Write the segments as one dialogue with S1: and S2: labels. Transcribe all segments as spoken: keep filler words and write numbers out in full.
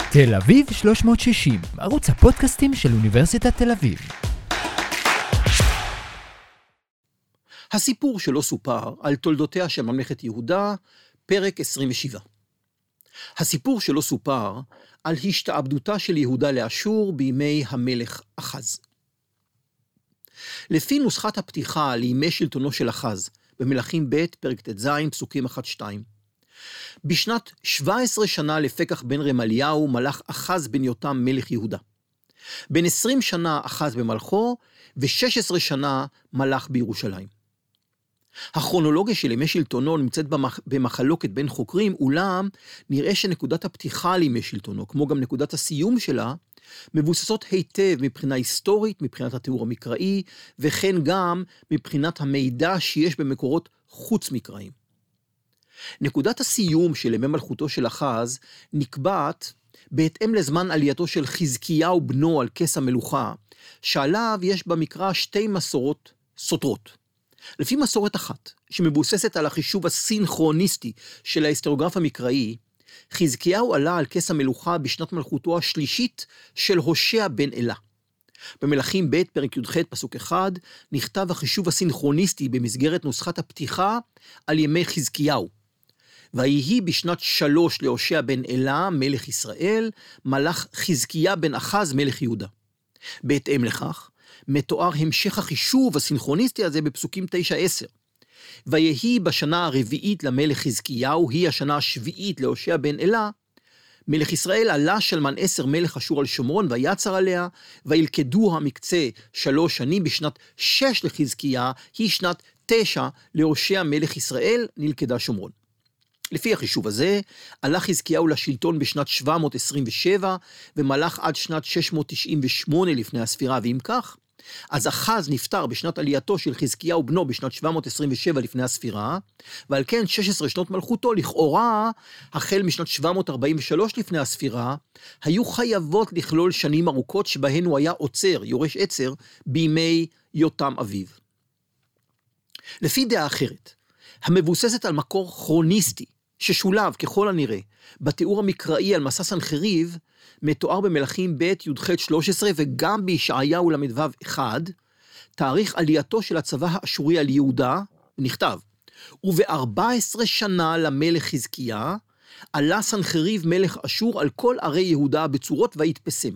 S1: תל אביב שלוש מאות שישים, ערוץ הפודקאסטים של אוניברסיטת תל אביב.
S2: הסיפור שלא סופר על תולדותיה של ממלכת יהודה, פרק עשרים ושבע. הסיפור שלא סופר על השתעבדותה של יהודה לאשור בימי המלך אחז. לפי נוסחת הפתיחה לימי שלטונו של אחז, במלכים ב' פרק ט"ז פסוקים אחת שתיים, בשנת שבע עשרה שנה לפקח בן רמליהו מלך אחז בן יותם מלך יהודה. בן עשרים שנה אחז במלכו, ו-שש עשרה שנה מלך בירושלים. הכרונולוגיה של ימי שלטונו נמצאת במחלוקת בין חוקרים, אולם נראה שנקודת הפתיחה לימי שלטונו, כמו גם נקודת הסיום שלה, מבוססות היטב מבחינה היסטורית, מבחינת התיאור המקראי, וכן גם מבחינת המידע שיש במקורות חוץ מקראיים. נקודת הסיום של ימי מלכותו של אחז נקבעת בהתאם לזמן עלייתו של חזקיהו בנו על כס המלוכה, שעליו יש במקרא שתי מסורות סותרות. לפי מסורת אחת, שמבוססת על החישוב הסינכרוניסטי של ההיסטוריוגרף המקראי, חזקיהו עלה על כס המלוכה בשנת מלכותו השלישית של הושע בן אלה. במלכים ב' פרק י"ח פסוק אחד נכתב החישוב הסינכרוניסטי במסגרת נוסחת הפתיחה על ימי חזקיהו. ויהי בשנת שלוש להושע בן אלה מלך ישראל, מלך חזקיה בן אחז מלך יהודה. בהתאם לכך, מתואר המשך החישוב הסינכרוניסטי הזה בפסוקים תשע עשר. ויהי בשנה הרביעית למלך חזקיהו, היא השנה השביעית להושע בן אלה, מלך ישראל עלה שלמן עשר מלך אשור על שומרון ויצר עליה, וילכדו המקצה שלוש שנים. בשנת שש לחזקיה, היא שנת תשע להושע מלך ישראל, נלכדה שומרון. לפי החישוב הזה, עלה חזקיהו לשלטון בשנת שבע מאות עשרים ושבע, ומלך עד שנת שש מאות תשעים ושמונה לפני הספירה, ואם כך, אז אחז נפטר בשנת עלייתו של חזקיהו בנו בשנת שבע מאות עשרים ושבע לפני הספירה, ועל כן שש עשרה שנות מלכותו לכאורה, החל משנת שבע מאות ארבעים ושלוש לפני הספירה, היו חייבות לכלול שנים ארוכות שבהן הוא היה עוצר, יורש עצר, בימי יותם אביו. לפי דעה אחרת, המבוססת על מקור כרוניסטי, ששולב ככל הנראה בתיאור המקראי על מסע סנחריב, מתואר במלכים ב' י"ח שלוש עשרה וגם בישעיהו למ"ו אחד, תאריך עלייתו של הצבא האשורי על יהודה, נכתב, וב-ארבע עשרה שנה למלך חזקיה, עלה סנחריב מלך אשור על כל ערי יהודה בצורות והתפסם.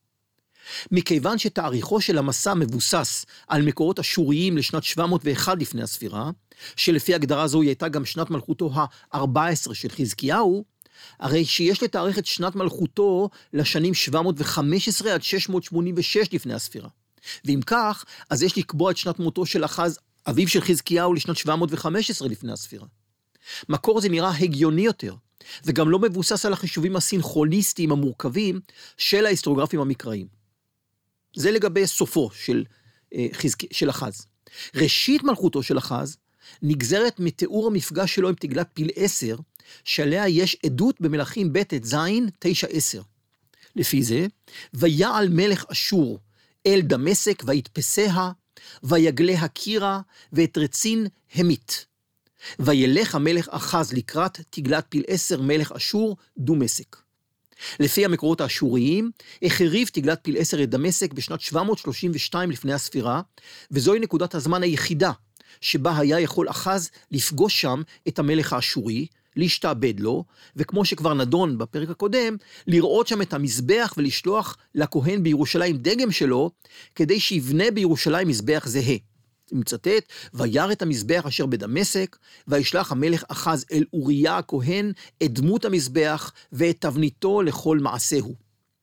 S2: מכיוון שתאריכו של המסע מבוסס על מקורות אשוריים לשנת שבע מאות ואחת לפני הספירה, שלפי הגדרה זו היא הייתה גם שנת מלכותו ה-ארבע עשרה של חזקיהו, הרי שיש לתאריך את שנת מלכותו לשנים שבע מאות וחמש עשרה עד שש מאות שמונים ושש לפני הספירה. ואם כך, אז יש לקבוע את שנת מותו של אחז, אביו של חזקיהו, לשנת שבע מאות וחמש עשרה לפני הספירה. מקור זה נראה הגיוני יותר, וגם לא מבוסס על החישובים הסינכרוניסטיים המורכבים של ההיסטוריוגרפים המקראיים. זה לגבי סופו של, של אחז. ראשית מלכותו של אחז נגזרת מתיאור המפגש שלו עם תגלת פיל עשר, שעליה יש עדות במלכים ב' ט"ז תשע עשר. לפי זה, ויעל מלך אשור אל דמשק ויתפסיה, ויגלה הקירה ואת רצין המית. וילך המלך אחז לקראת תגלת פיל עשר מלך אשור דמשק. לפי המקורות האשוריים, החריב תגלת פיל עשר את דמשק בשנת שבע מאות שלושים ושתיים לפני הספירה, וזוהי נקודת הזמן היחידה שבה היה יכול אחז לפגוש שם את המלך האשורי, להשתעבד לו, וכמו שכבר נדון בפרק הקודם, לראות שם את המזבח ולשלוח לכהן בירושלים דגם שלו, כדי שיבנה בירושלים מזבח זהה. מצטט, וירא את המזבח אשר בדמשק, וישלח המלך אחז אל אוריה הכהן את דמות המזבח ואת תבניתו לכל מעשהו.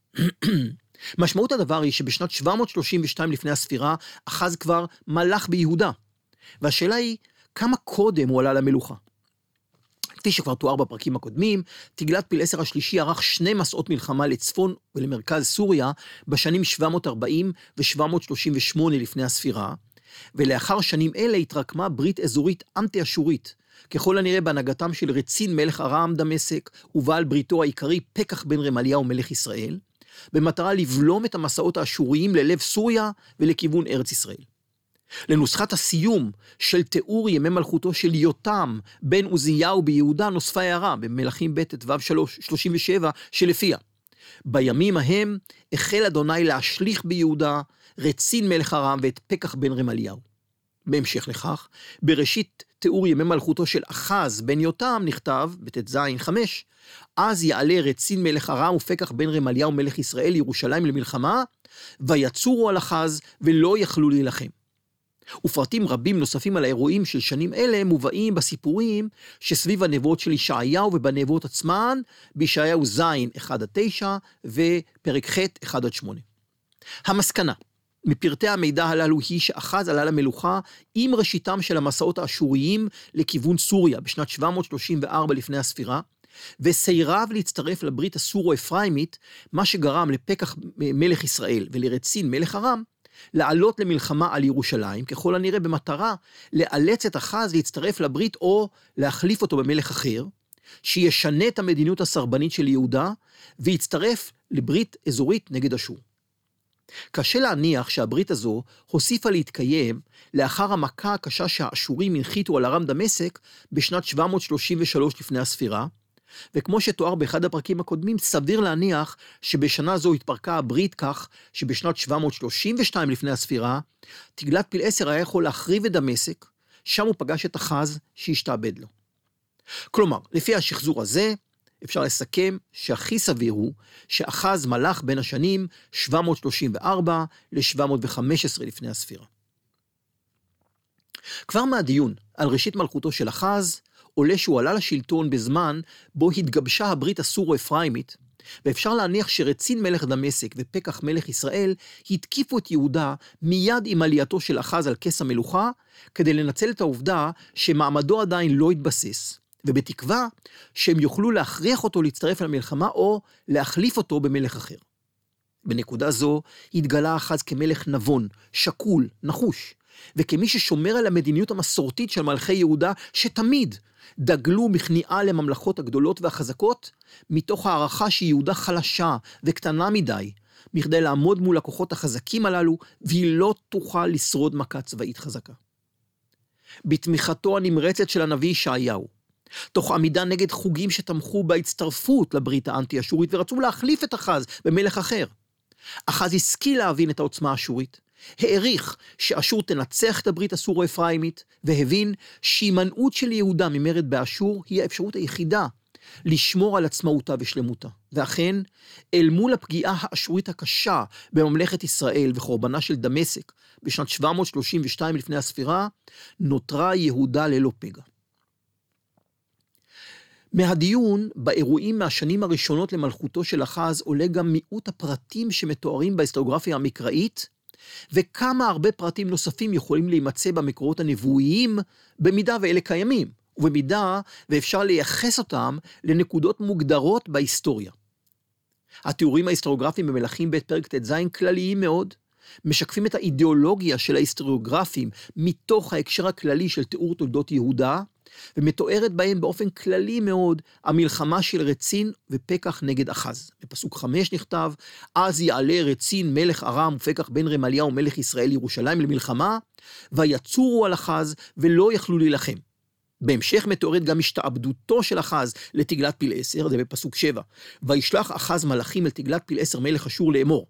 S2: משמעות הדבר היא שבשנת שבע מאות שלושים ושתיים לפני הספירה, אחז כבר מלך ביהודה. והשאלה היא, כמה קודם הוא עלה למלוכה? כפי שכבר תואר בפרקים הקודמים, תגלת פיל עשר השלישי ערך שני מסעות מלחמה לצפון ולמרכז סוריה, בשנים שבע מאות ארבעים ו-שבע מאות שלושים ושמונה לפני הספירה, ולאחר שנים אלה התרקמה ברית אזורית אנטי-אשורית, ככל הנראה בהנהגתם של רצין מלך ארם דמשק, ובעל בריתו העיקרי פקח בן רמליהו מלך ישראל, במטרה לבלום את המסעות האשוריים ללב סוריה ולכיוון ארץ ישראל. לנוסחת הסיום של תיאור ימי מלכותו של יותם בן עוזיהו ביהודה נוספה הערה במלכים ב' ט"ו שלושים ושבע שלפיה בימים ההם החל אדוני להשליך ביהודה רצין מלך ארם ואת פקח בן רמליהו. בהמשך לכך, בראשית תיאור ימי מלכותו של אחז בן יותם נכתב, בט"ז חמש, אז יעלה רצין מלך ארם ופקח בן רמליהו מלך ישראל לירושלים למלחמה, ויצורו על אחז ולא יכלו להילחם. ופרטים רבים נוספים על האירועים של שנים אלה מובאים בסיפורים שסביב הנבואות של ישעיהו ובנבואות עצמן, בישעיהו ז' אחד עד תשע ופרק ח' אחד עד שמונה. המסקנה מפרטי המידע הללו היא שאחז עלה למלוכה עם ראשיתם של המסעות האשוריים לכיוון סוריה בשנת שבע מאות שלושים וארבע לפני הספירה, וסירב להצטרף לברית הסורו-אפריימית, מה שגרם לפקח מלך ישראל ולרצין מלך ארם לעלות למלחמה על ירושלים, ככל הנראה במטרה לאלץ את אחז להצטרף לברית או להחליף אותו במלך אחר, שישנה את המדיניות הסרבנית של יהודה, ויצטרף לברית אזורית נגד אשור. קשה להניח שהברית הזו הוסיפה להתקיים לאחר המכה הקשה שהאשורים הנחיתו על ארם דמשק בשנת שבע מאות שלושים ושלוש לפני הספירה, וכמו שתואר באחד הפרקים הקודמים, סביר להניח שבשנה זו התפרקה הברית כך שבשנת שבע מאות שלושים ושתיים לפני הספירה, תגלת פילעשר היה יכול להחריב את דמשק, שם הוא פגש את אחז שהשתעבד לו. כלומר, לפי השחזור הזה, אפשר לסכם שהכי סביר הוא שאחז מלך בין השנים שבע מאות שלושים וארבע ל-שבע מאות וחמש עשרה לפני הספירה. כבר מהדיון על ראשית מלכותו של אחז, עולה שהוא עלה לשלטון בזמן בו התגבשה הברית הסורו-אפריימית, ואפשר להניח שרצין מלך דמשק ופקח מלך ישראל התקיפו את יהודה מיד עם עלייתו של אחז על כס המלוכה, כדי לנצל את העובדה שמעמדו עדיין לא התבסס, ובתקווה שהם יוכלו להכריח אותו להצטרף למלחמה או להחליף אותו במלך אחר. בנקודה זו התגלה אחז כמלך נבון, שקול, נחוש, וכמי ששומר על המדיניות המסורתית של מלכי יהודה, שתמיד דגלו מכניעה לממלכות הגדולות והחזקות, מתוך הערכה שיהודה חלשה וקטנה מדי, מכדי לעמוד מול הכוחות החזקים הללו, והיא לא תוכל לשרוד מכה צבאית חזקה. בתמיכתו הנמרצת של הנביא ישעיהו, תוך עמידה נגד חוגים שתמכו בהצטרפות לברית האנטי-אשורית ורצו להחליף את אחז במלך אחר, אחז השכיל להבין את העוצמה האשורית, העריך שאשור תנצח את הברית הסורו-אפריימית, והבין שהימנעות של יהודה ממרד באשור היא האפשרות היחידה לשמור על עצמאותה ושלמותה. ואכן, אל מול הפגיעה האשורית הקשה בממלכת ישראל וחורבנה של דמשק בשנת שבע מאות שלושים ושתיים לפני הספירה, נותרה יהודה ללא פגע. מהדיון באירועים מהשנים הראשונות למלכותו של אחז עולה גם מיעוט הפרטים שמתוארים בהיסטוריוגרפיה המקראית, וכמה הרבה פרטים נוספים יכולים להימצא במקורות הנבואיים, במידה ואלה קיימים, ובמידה ואפשר לייחס אותם לנקודות מוגדרות בהיסטוריה. התיאורים ההיסטוריוגרפיים במלכים ב' פרק ט"ז כלליים מאוד, משקפים את האידיאולוגיה של ההיסטוריוגרפים מתוך ההקשר הכללי של תיאור תולדות יהודה, ומתוארת בהם באופן כללי מאוד המלחמה של רצין ופקח נגד אחז. בפסוק חמש נכתב, אז יעלה רצין מלך ארם ופקח בן רמליהו מלך ישראל ירושלים למלחמה, ויצורו על אחז ולא יכלו להילחם. בהמשך מתוארת גם השתעבדותו של אחז לתגלת פילעשר, זה בפסוק שבע, וישלח אחז מלאכים אל תגלת פילעשר מלך אשור לאמור,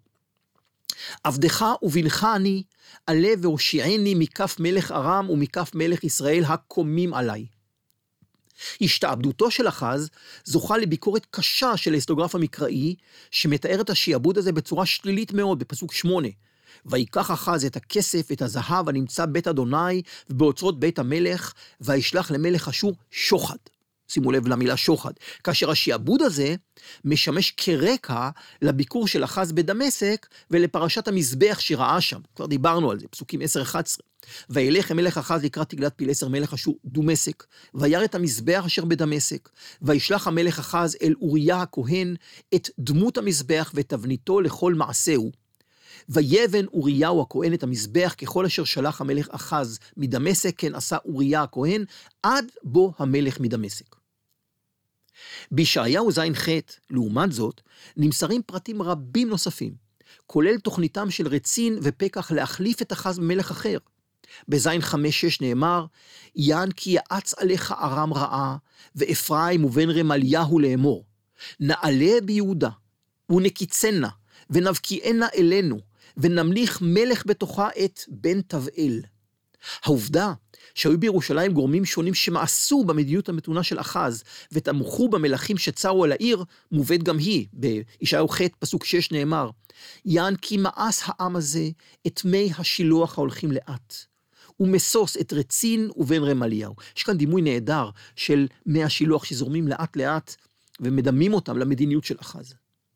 S2: עבדך ובנך אני, עלה והושיעני מכף מלך ארם ומכף מלך ישראל הקומים עליי. השתעבדותו של אחז זוכה לביקורת קשה של ההיסטוריוגרף המקראי, שמתאר את השעבוד הזה בצורה שלילית מאוד בפסוק שמונה. ויקח אחז את הכסף, את הזהב הנמצא בית אדוני ובאוצרות בית המלך, וישלח למלך אשור שוחד. שימו לב למילה שוחד, כאשר השעבוד הזה משמש כרקע לביקור של אחז בדמשק ולפרשת המזבח שראה שם. כבר דיברנו על זה, פסוקים עשר אחת עשרה. וילך המלך אחז לקראת תגלת פילעשר מלך אשור דמשק, וירא את המזבח אשר בדמשק, וישלח המלך אחז אל אוריה הכהן את דמות המזבח ותבניתו לכל מעשהו. ויבן אוריהו הכהן את המזבח ככל אשר שלח המלך אחז מדמשק, כן עשה אוריה הכהן עד בו המלך מדמשק. בישעיהו ז' ח' לעומת זאת נמסרים פרטים רבים נוספים, כולל תוכניתם של רצין ופקח להחליף את אחז במלך אחר. בז' חמש שש נאמר, יען כי יעץ עליך ארם רעה, ואפרים ובן רמליהו לאמור, נעלה ביהודה, ונקיצנה, ונבקיענה אלינו, ונמליך מלך בתוכה את בן תבאל. העובדה שהיו בירושלים גורמים שונים שמעשו במדיניות המתונה של אחז, ותמכו במלכים שצרו על העיר, מובאת גם היא. בישעיהו ח' פסוק שש נאמר, יען כי מאס העם הזה את מי השילוח ההולכים לאט, ומסוס את רצין ובן רמליהו. יש כאן דימוי נהדר של מי השילוח שזורמים לאט לאט, ומדמים אותם למדיניות של אחז.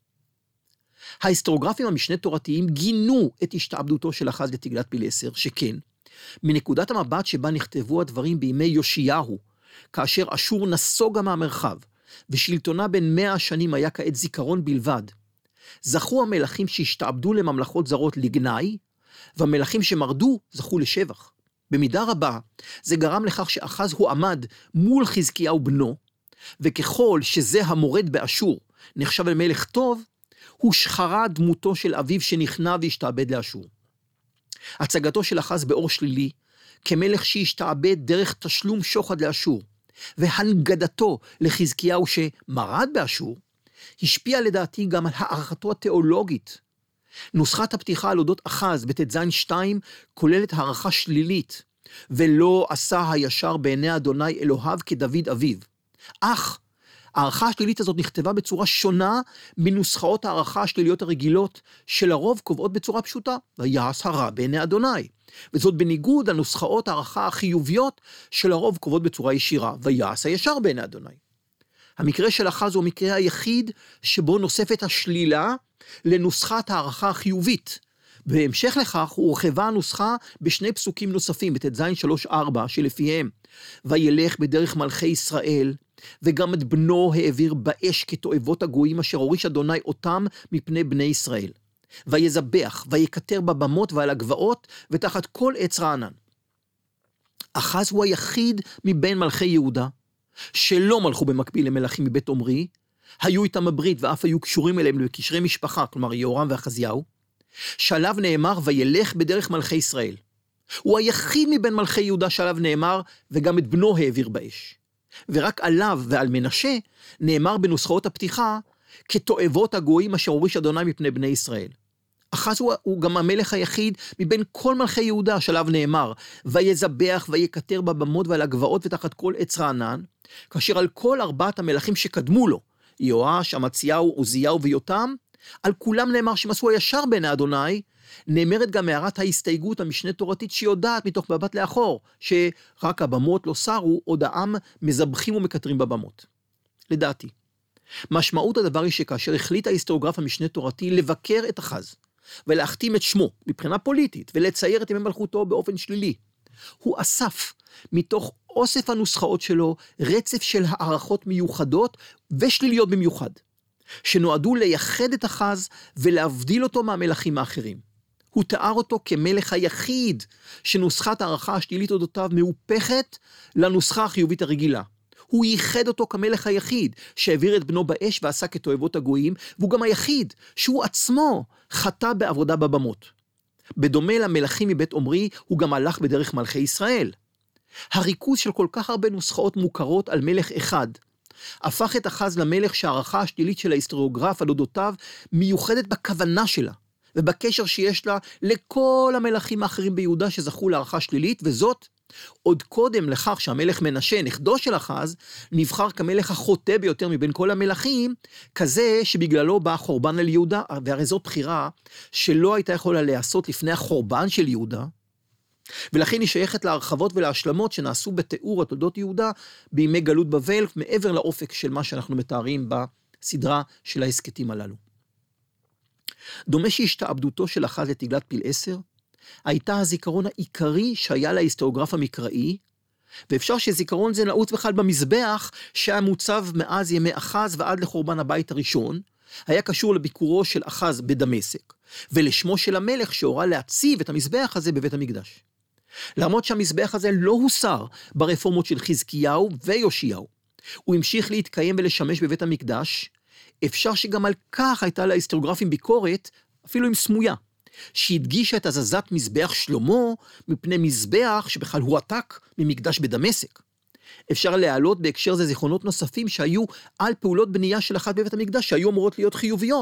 S2: ההיסטוריוגרפים המשנה תורתיים גינו את השתעבדותו של אחז לתגלת פילסר, שכן, מנקודת המבט שבה נכתבו הדברים בימי יאשיהו, כאשר אשור נסוגה מהמרחב, ושלטונה בין מאה השנים היה כעת זיכרון בלבד, זכו המלכים שהשתעבדו לממלכות זרות לגנאי, והמלכים שמרדו זכו לשבח. במידה רבה, זה גרם לכך שאחז הוא עמד מול חזקיהו בנו, וככל שזה המורד באשור נחשב למלך טוב, הושחרה דמותו של אביו שנכנע והשתעבד לאשור. הצגתו של אחז באור שלילי, כמלך שהשתעבד דרך תשלום שוחד לאשור, והנגדתו לחזקיהו שמרד באשור, השפיע לדעתי גם על הערכתו התיאולוגית. נוסחת הפתיחה על אודות אחז בתז שתיים כוללת הערכה שלילית, ולא עשה הישר בעיני אדוני אלוהיו כדוד אביו. אך הערכה השלילית הזאת נכתבה בצורה שונה מנוסחאות הערכה השליליות הרגילות, שלרוב קובעות בצורה פשוטה, ויעש הרע בעיני אדוני. וזאת בניגוד לנוסחאות הערכה החיוביות, שלרוב קובעות בצורה ישירה, ויעש הישר בעיני אדוני. המקרה של אחז הוא המקרה היחיד שבו נוספת השלילה לנוסחת הערכה החיובית. בהמשך לכך הורחבה הנוסחה בשני פסוקים נוספים, בתז שלוש ארבע, שלפיהם, וילך בדרך מלכי ישראל, וגם את בנו העביר באש כתועבות הגויים אשר הוריש אדוני אותם מפני בני ישראל. ויזבח, ויקטר בבמות ועל הגבעות, ותחת כל עץ רענן. אחז הוא היחיד מבין מלכי יהודה, שלא מלכו במקביל למלכים מבית עומרי, היו איתם בברית ואף היו קשורים אליהם בקשרי משפחה, כלומר יהורם ואחזיהו, שעליו נאמר וילך בדרך מלכי ישראל. הוא היחיד מבין מלכי יהודה שעליו נאמר, וגם את בנו העביר באש. ורק עליו ועל מנשה נאמר בנוסחאות הפתיחה, כתועבות הגויים אשר הוריש אדוני מפני בני ישראל. אחז הוא, הוא גם המלך היחיד מבין כל מלכי יהודה שעליו נאמר, ויזבח ויקטר בבמות ועל הגבעות ותחת כל עץ רענן, כאשר על כל ארבעת המלכים שקדמו לו, יואש, אמציהו, עוזיהו ויותם, על כולם נאמר שהם עשו הישר בעיני אדוני, נאמרת גם הערת ההסתייגות המשנה תורתית שיודעת מתוך מבט לאחור, שרק הבמות לא סרו, עוד העם מזבחים ומקטרים בבמות. לדעתי, משמעות הדבר היא שכאשר החליט ההיסטוריוגרף המשנה תורתי לבקר את אחז, ולהחתים את שמו מבחינה פוליטית, ולצייר את ימי מלכותו באופן שלילי, הוא אסף מתוך אוסף הנוסחאות שלו רצף של הערכות מיוחדות ושליליות במיוחד, שנועדו לייחד את אחז ולהבדיל אותו מהמלכים האחרים. הוא תיאר אותו כמלך היחיד שנוסחת הערכה השלילית אודותיו מהופכת לנוסחה החיובית הרגילה. הוא ייחד אותו כמלך היחיד שהעביר את בנו באש ועשה כתועבות הגויים, והוא גם היחיד שהוא עצמו חטא בעבודה בבמות. בדומה למלכים מבית עומרי, הוא גם הלך בדרך מלכי ישראל. הריכוז של כל כך הרבה נוסחאות מוכרות על מלך אחד, הפך את אחז למלך שהערכה השלילית של ההיסטוריוגרף על אודותיו מיוחדת בכוונה שלה, ובקשר שיש לה לכל המלכים האחרים ביהודה שזכו להערכה שלילית, וזאת עוד קודם לכך שהמלך מנשה, נכדו של אחז, נבחר כמלך החוטא ביותר מבין כל המלכים, כזה שבגללו בא החורבן על יהודה, והרי זאת בחירה שלא הייתה יכולה להיעשות לפני החורבן של יהודה, ולכן היא שייכת להרחבות ולהשלמות שנעשו בתיאור התולדות יהודה בימי גלות בבל, מעבר לאופק של מה שאנחנו מתארים בסדרה של ההסקטים הללו. דומה שהשתעבדותו של אחז לתגלת פילעשר הייתה הזיכרון העיקרי שהיה להיסטוריוגרף המקראי, ואפשר שזיכרון זה נעוץ בכלל במזבח שהיה מוצב מאז ימי אחז ועד לחורבן הבית הראשון, היה קשור לביקורו של אחז בדמשק, ולשמו של המלך שהורה להציב את המזבח הזה בבית המקדש. למרות שהמזבח הזה לא הוסר ברפורמות של חזקיהו ויאשיהו, הוא המשיך להתקיים ולשמש בבית המקדש, אפשר שגם על כך הייתה להיסטוריוגרפים ביקורת, אפילו עם סמויה, שהדגישה את הזזת מזבח שלמה מפני מזבח שבכלל הועתק ממקדש בדמשק. אפשר להעלות בהקשר זה זיכרונות נוספים שהיו על פעולות בנייה של אחת בבית המקדש שהיו אמורות להיות חיוביות.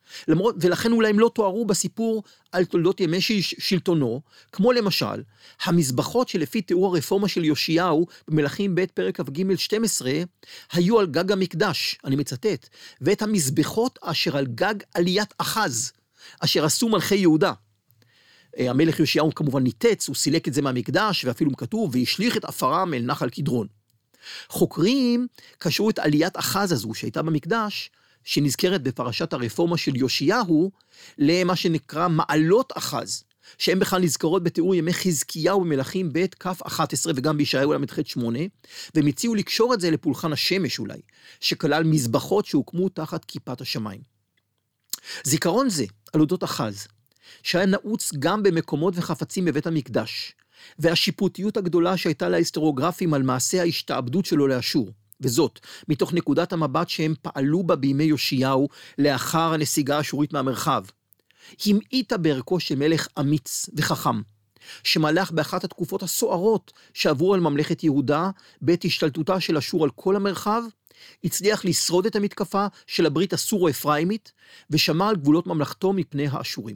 S2: למרות, ולכן אולי הם לא תוארו בסיפור על תולדות ימי שלטונו, כמו למשל, המזבחות שלפי תיאור הרפורמה של יאשיהו, במלכים ב' פרק כ"ג שתים עשרה, היו על גג המקדש, אני מצטט, ואת המזבחות אשר על גג עליית אחז, אשר עשו מלכי יהודה. המלך יאשיהו כמובן ניתץ, הוא סילק את זה מהמקדש, ואפילו כתוב, והשליך את עפרם אל נחל קדרון. חוקרים קשרו את עליית אחז הזו, שהייתה במקדש, שנזכרת בפרשת הרפורמה של יאשיהו, למה שנקרא מעלות אחז, שהן בכלל נזכרות בתיאור ימי חזקיהו במלכים ב' כ' אחת עשרה, וגם בישעיהו ל"ח שמונה, והם הציעו לקשור את זה לפולחן השמש אולי, שכלל מזבחות שהוקמו תחת כיפת השמיים. זיכרון זה, על אודות אחז, שהיה נעוץ גם במקומות וחפצים בבית המקדש, והשיפוטיות הגדולה שהייתה להיסטוריוגרפים על מעשה ההשתעבדות שלו לאשור, וזאת, מתוך נקודת המבט שהם פעלו בה בימי יאשיהו לאחר הנסיגה האשורית מהמרחב. המעיטה בערכו של מלך אמיץ וחכם, שמלך באחת התקופות הסוערות שעברו על ממלכת יהודה, בעת השתלטותה של אשור על כל המרחב, הצליח לשרוד את המתקפה של הברית הסורו-אפריימית, ושמר על גבולות ממלכתו מפני האשורים.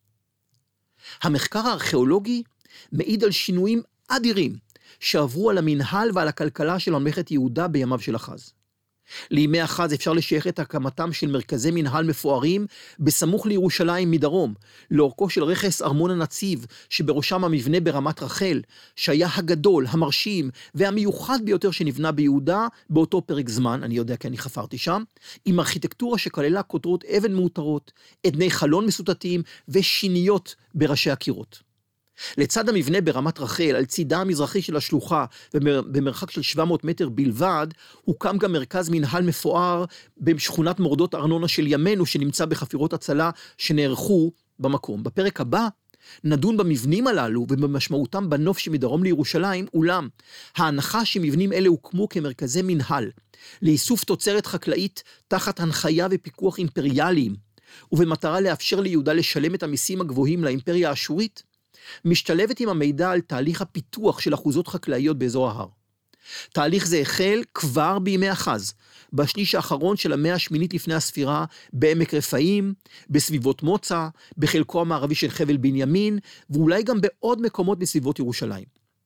S2: המחקר הארכיאולוגי מעיד על שינויים אדירים, שעברו על המנהל ועל הכלכלה של ממלכת יהודה בימיו של אחז. לימי אחז אפשר לשייך את הקמתם של מרכזי מנהל מפוארים בסמוך לירושלים מדרום, לאורכו של רכס ארמון הנציב, שבראשם המבנה ברמת רחל, שהיה הגדול, המרשים והמיוחד ביותר שנבנה ביהודה באותו פרק זמן, אני יודע כי אני חפרתי שם, עם ארכיטקטורה שכללה כותרות אבן מאותרות, עדני חלון מסותתים ושיניות בראשי הקירות. לצד המבנה ברמת רחל, על צידה המזרחי של השלוחה, במרחק של שבע מאות מטר בלבד, הוקם גם מרכז מנהל מפואר בשכונת מורדות ארנונה של ימינו, שנמצא בחפירות הצלה שנערכו במקום. בפרק הבא נדון במבנים הללו ובמשמעותם בנוף שמדרום לירושלים, אולם ההנחה שמבנים אלה הוקמו כמרכזי מנהל, לאיסוף תוצרת חקלאית תחת הנחיה ופיקוח אימפריאליים, ובמטרה לאפשר ליהודה לשלם את המיסים הגבוהים לאימפריה האשורית, משתלבת עם המידע על תהליך הפיתוח של אחוזות חקלאיות באזור ההר. תהליך זה החל כבר בימי אחז, בשליש האחרון של המאה השמינית לפני הספירה, בעמק רפאים, בסביבות מוצא, בחלקו המערבי של חבל בנימין, ואולי גם בעוד מקומות בסביבות ירושלים.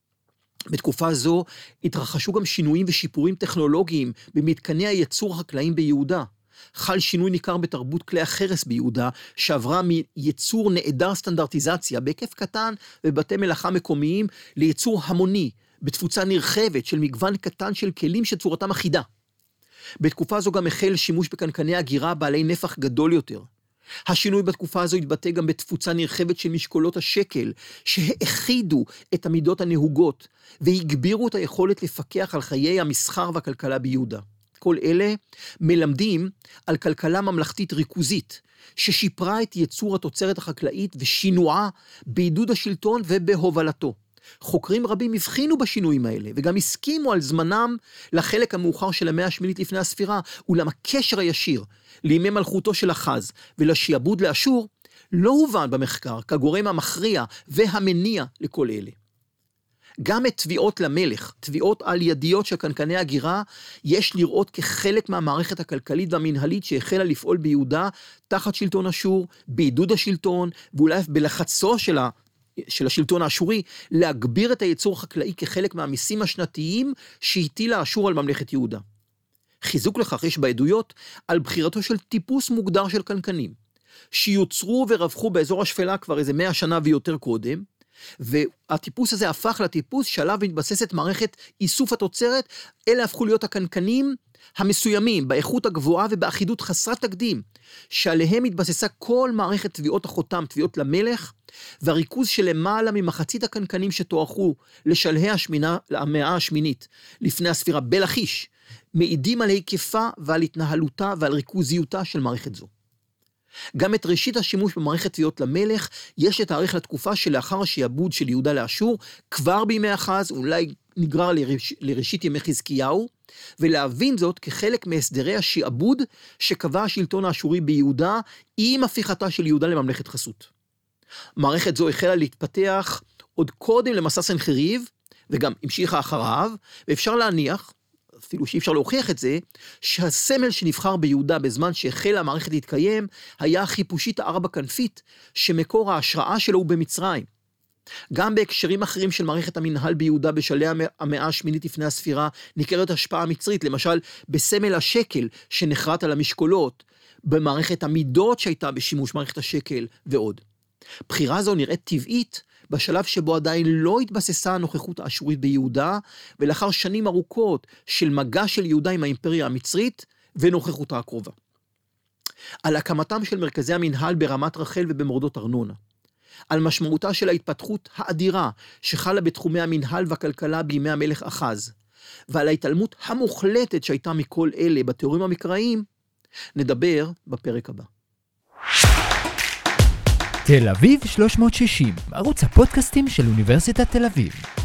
S2: בתקופה זו התרחשו גם שינויים ושיפורים טכנולוגיים במתקני הייצור החקלאיים ביהודה. חל שינוי ניכר בתרבות כלי החרס ביהודה, שעברה מייצור נעדר סטנדרטיזציה בהיקף קטן ובתי מלאכה מקומיים, לייצור המוני, בתפוצה נרחבת של מגוון קטן של כלים שצורתם אחידה. בתקופה זו גם החל שימוש בקנקני הגירה בעלי נפח גדול יותר. השינוי בתקופה הזו התבטא גם בתפוצה נרחבת של משקולות השקל, שהאחידו את המידות הנהוגות, והגבירו את היכולת לפקח על חיי המסחר והכלכלה ביהודה. כל אלה מלמדים על כלכלה ממלכתית ריכוזית, ששיפרה את ייצור התוצרת החקלאית ושינועה בעידוד השלטון ובהובלתו. חוקרים רבים הבחינו בשינויים האלה, וגם הסכימו על זמנם לחלק המאוחר של המאה השמינית לפני הספירה, אולם הקשר הישיר לימי מלכותו של אחז ולשיעבוד לאשור, לא הובן במחקר כגורם המכריע והמניע לכל אלה. גם את תביעות למלך, תביעות על ידיות של קנקני הגירה, יש לראות כחלק מהמערכת הכלכלית והמנהלית שהחלה לפעול ביהודה תחת שלטון אשור, בעידוד השלטון, ואולי בלחצו של, ה, של השלטון האשורי, להגביר את הייצור החקלאי כחלק מהמיסים השנתיים שהטילה אשור על ממלכת יהודה. חיזוק לכך יש בעדויות על בחירתו של טיפוס מוגדר של קנקנים, שיוצרו ורווחו באזור השפלה כבר איזה מאה שנה ויותר קודם, והטיפוס הזה הפך לטיפוס שעליו מתבססת מערכת איסוף התוצרת. אלה הפכו להיות הקנקנים המסוימים, באיכות הגבוהה ובאחידות חסרת תקדים, שעליהם התבססה כל מערכת תביעות החותם, תביעות למלך, והריכוז של למעלה ממחצית הקנקנים שתוארכו לשלהי השמינה, המאה השמינית, לפני הספירה בלחיש, מעידים על היקפה ועל התנהלותה ועל ריכוזיותה של מערכת זו. גם את ראשית השימוש במערכת תביעות למלך יש לתאריך לתקופה שלאחר השיעבוד של יהודה לאשור, כבר בימי אחז, אולי נגרר לראש, לראשית ימי חזקיהו, ולהבין זאת כחלק מהסדרי השיעבוד שקבע השלטון האשורי ביהודה עם הפיכתה של יהודה לממלכת חסות. מערכת זו החלה להתפתח עוד קודם למסע סנחריב, וגם המשיכה אחריו, ואפשר להניח, אפילו שאי אפשר להוכיח את זה, שהסמל שנבחר ביהודה בזמן שהחלה המערכת להתקיים, היה החיפושית הארבע כנפית, שמקור ההשראה שלו הוא במצרים. גם בהקשרים אחרים של מערכת המנהל ביהודה בשלהי המאה השמינית לפני הספירה, ניכרת השפעה מצרית, למשל בסמל השקל שנחרט על המשקולות, במערכת המידות שהייתה בשימוש מערכת השקל ועוד. בחירה זו נראית טבעית, בשלב שבו עדיין לא התבססה הנוכחות האשורית ביהודה, ולאחר שנים ארוכות של מגע של יהודה עם האימפריה המצרית ונוכחותה הקרובה. על הקמתם של מרכזי המנהל ברמת רחל ובמורדות ארנונה. על משמעותה של ההתפתחות האדירה שחלה בתחומי המנהל והכלכלה בימי המלך אחז, ועל ההתעלמות המוחלטת שהייתה מכל אלה בתיאורים המקראיים, נדבר בפרק הבא.
S1: תל אביב שלוש מאות שישים, ערוץ הפודקאסטים של אוניברסיטת תל אביב.